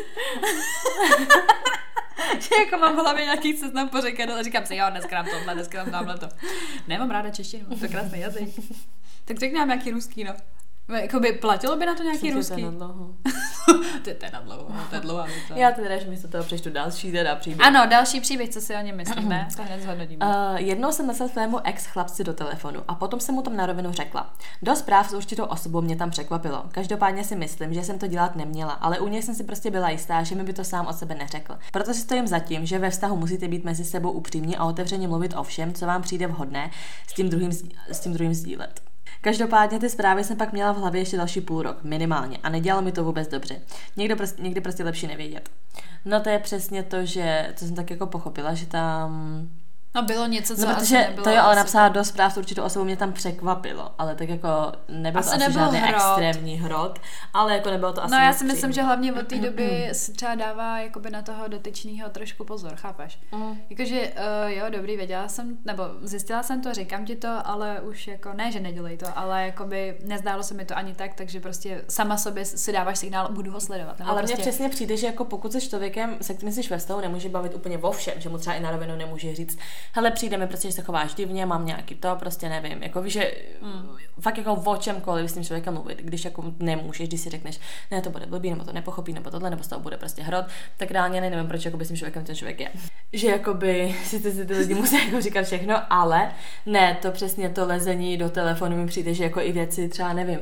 Že jako mám v hlavě nějaký seznam pořekadel a říkám si, jo, dneska nám tohle, dneska nám tamhle to. Nemám ráda češtinu, to je krásný jazyk. Tak řekni nám nějaký ruský, no. Jakoby platilo by na to nějaký ruský? To je na dlouho. To je na dlouho, to je dlouhá věta. Já teda, že místo toho přečtu další teda příběh. Ano, další příběh, co si o něm myslíme, to hned zhodnotíme. Uh, jednou jsem nesla svému ex-chlapci do telefonu a potom jsem mu tam na rovinu řekla. Do zpráv s určitou osobou mě tam překvapilo. Každopádně si myslím, že jsem to dělat neměla, ale u něj jsem si prostě byla jistá, že mi by to sám od sebe neřekl. Proto si stojím za tím, že ve vztahu musíte být mezi sebou upřímní a otevřeně mluvit o všem, co vám přijde vhodné, s tím druhým, s tím druhým sdílet. Každopádně ty zprávy jsem pak měla v hlavě ještě další půl rok, minimálně, a nedělalo mi to vůbec dobře. Někdo prostě, někdy prostě lepší nevědět. No to je přesně to, že, co jsem tak jako pochopila, že tam... No bylo něco, co no, asi protože nebylo. To jo, ale asi... napsala do zpráv s určitou osobou, mě tam překvapilo, ale tak jako nebyl asi to asi žádný hrot. extrémní hrot, ale jako nebylo to asi No já si myslím, že hlavně od té doby se třeba dává jakoby na toho dotyčného trošku pozor, chápeš? Mm. Jakože uh, jo, dobrý, věděla jsem, nebo zjistila jsem to, říkám ti to, ale už jako, ne, že nedělej to, ale jakoby nezdálo se mi to ani tak, takže prostě sama sobě si dáváš signál, budu ho sledovat. Ale prostě... mně přesně přijde, že jako pokud se člověkem, se kterým jsi ve vztahu, nemůže bavit úplně o všem, že mu třeba i na rovinu nemůže říct, hele, přijde mi prostě, že se chováš divně, mám nějaký to, prostě nevím, jako víš, že mm. fakt jako o čemkoliv s tím člověkem mluvit, když jako nemůžeš, když si řekneš, ne, to bude blbý, nebo to nepochopí, nebo tohle, nebo z toho bude prostě hrot, tak reálně nevím, proč jako by s tím člověkem ten člověk je. Že jakoby si ty, ty lidi musí jako říkat všechno, ale ne, to přesně to lezení do telefonu mi přijde, že jako i věci třeba nevím.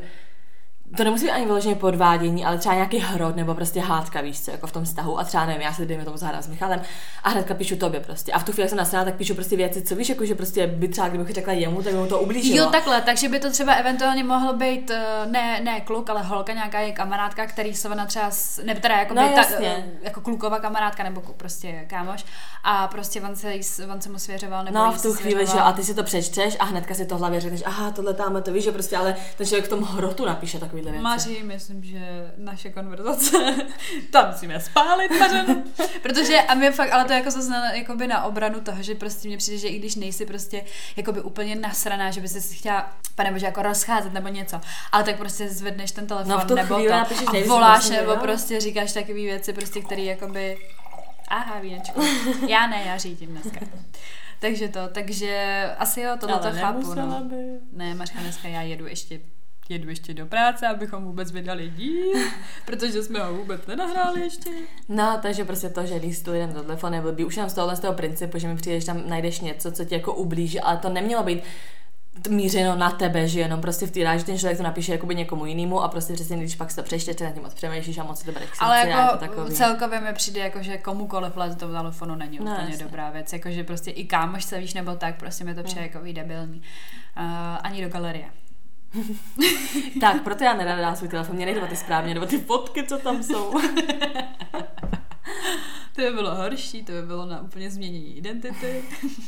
To nemusí být ani vyloženě podvádění, ale třeba nějaký hrot nebo prostě hádka, víš co, jako v tom vztahu. A třeba nevím, já se dejme tomu zahádám s Michalem a hnedka píšu tobě prostě. A v tu chvíli jsem nasrala, tak píšu prostě věci, co víš, jako že prostě by třeba kdybych řekla jemu, tak by mu to ublížilo. Jo, takhle, takže by to třeba eventuálně mohlo být ne, ne kluk, ale holka, nějaká je kamarádka, který se ona třeba, ne, teda jako, no, by ta, jako kluková kamarádka nebo prostě kámoš a prostě on se, on se mu svěřoval nebo no, v tu chvíli, že a ty si to přečteš a hnedka si to v hlavě řekneš, aha, tohle tam to víš, že prostě, ale ten člověk v tom hrotu napíše takovýhle věci. Maří, myslím, že naše konverzace tam musíme spálit, Mařeno. Protože, a mě fakt, ale to je jako zase na, jakoby na obranu toho, že prostě mně přijde, že i když nejsi prostě jakoby úplně nasraná, že by si chtěla, nebo že jako rozcházet nebo něco, ale tak prostě zvedneš ten telefon no, nebo to a voláš nebo jo? Prostě říkáš takové věci, prostě, které jakoby aha, vínečko. Já ne, já řídím dneska. Takže to, takže asi jo, tohle to chápu. No. By. Ne, Mařka, dneska já jedu ještě jedu ještě do práce, abychom vůbec vydali díl, protože jsme ho vůbec nenahráli ještě. No, takže prostě to, že když tu jdem do telefonu, blbý, už jenom z tohohle z toho principu, že mi přijde, že tam najdeš něco, co ti jako ublíží, ale to nemělo být mířeno na tebe, že jenom prostě v té ráži ten člověk to napíše jakoby někomu jinému a prostě přesně, když pak si to přečteš, tak na tím moc přemýšlíš a moc si to bereš. Ale jako celkově mi přijde, jako, že komukoliv let do telefonu není no, úplně jasně. Dobrá věc, jakože prostě i kámoš se víš nebo tak, prostě mi to přijde no. Jako debilní. Uh, ani do galerie. Tak, proto já nerada dám svůj telefon, mě nejde o ty správně, nebo ty fotky, co tam jsou. To by bylo horší, to by bylo na úplně změnění identity.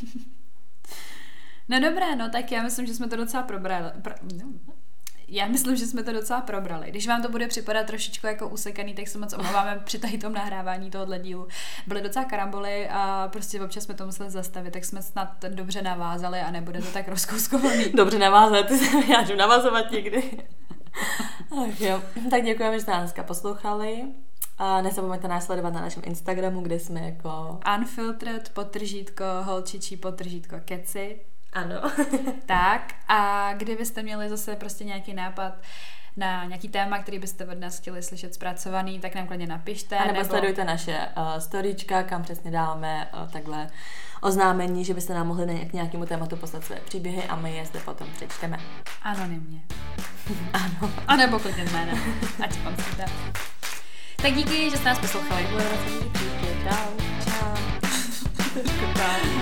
No dobré, no tak já myslím, že jsme to docela probrali. Pro, no. Já myslím, že jsme to docela probrali. Když vám to bude připadat trošičku jako usekaný, tak se moc omlouváme při tady tom nahrávání tohohle dílu. Byly docela karamboly a prostě občas jsme to museli zastavit, tak jsme snad dobře navázali a nebude to tak rozkouskovaný. Dobře navázat, ty se já jdu navazovat někdy. Ach jo, tak děkujeme, že jste nás dneska poslouchali. A nezapomeňte nás sledovat na našem Instagramu, kde jsme jako unfiltered, potržítko, holčičí, potržítko, keci. Ano. Tak a kdybyste měli zase prostě nějaký nápad na nějaký téma, který byste od nás chtěli slyšet zpracovaný, tak nám klidně napište. A nebo, nebo... sledujte naše uh, storíčka, kam přesně dáme uh, takhle oznámení, že byste nám mohli na k nějakému tématu poslat své příběhy a my je zde potom přečteme. Anonymně. Ano. A nebo klidně s jménem. Ať si pomyslíte. Tak díky, že jste nás poslouchali. Budeme se díky. Čau. Čau.